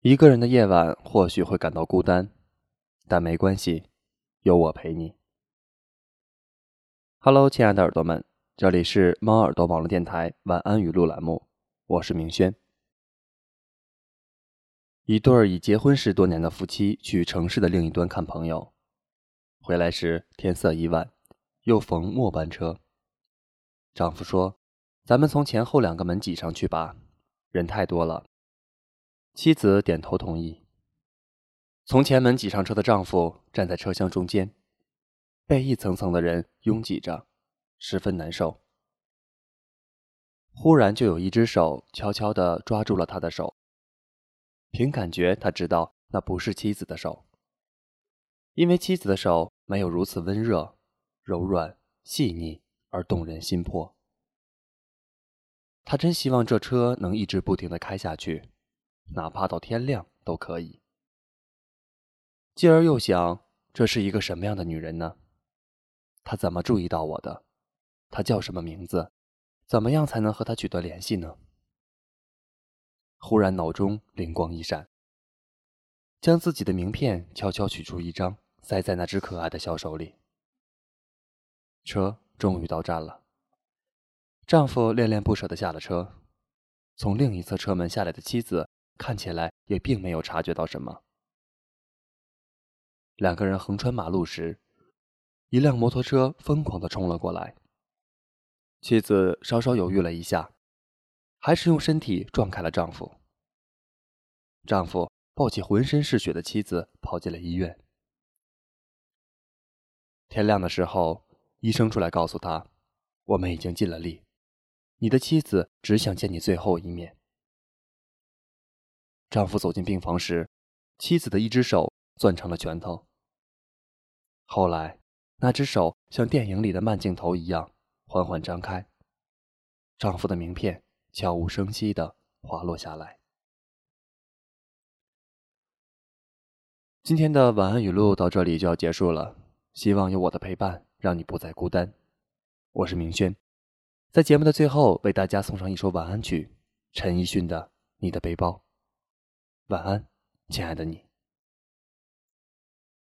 一个人的夜晚或许会感到孤单，但没关系，有我陪你。Hello， 亲爱的耳朵们，这里是猫耳朵网络电台晚安语录栏目，我是明轩。一对已结婚10多年的夫妻去城市的另一端看朋友，回来时天色已晚，又逢末班车。丈夫说：“咱们从前后2个门挤上去吧，人太多了。”妻子点头同意。从前门挤上车的丈夫站在车厢中间，被一层层的人拥挤着，十分难受。忽然就有一只手悄悄地抓住了他的手，凭感觉他知道那不是妻子的手，因为妻子的手没有如此温热、柔软、细腻而动人心魄。他真希望这车能一直不停地开下去，哪怕到天亮都可以。继而又想，这是一个什么样的女人呢？她怎么注意到我的？她叫什么名字？怎么样才能和她取得联系呢？忽然脑中灵光一闪，将自己的名片悄悄取出一张，塞在那只可爱的小手里。车终于到站了，丈夫恋恋不舍地下了车，从另一侧车门下来的妻子看起来也并没有察觉到什么。2个人横穿马路时，一辆摩托车疯狂地冲了过来。妻子稍稍犹豫了一下，还是用身体撞开了丈夫。丈夫抱起浑身是血的妻子跑进了医院。天亮的时候，医生出来告诉他，我们已经尽了力，你的妻子只想见你最后一面。丈夫走进病房时，妻子的一只手攥成了拳头。后来那只手像电影里的慢镜头一样缓缓张开，丈夫的名片悄无声息地滑落下来。今天的晚安语录到这里就要结束了，希望有我的陪伴让你不再孤单。我是明轩，在节目的最后为大家送上一首晚安曲，陈奕迅的《你的背包》。晚安，亲爱的你。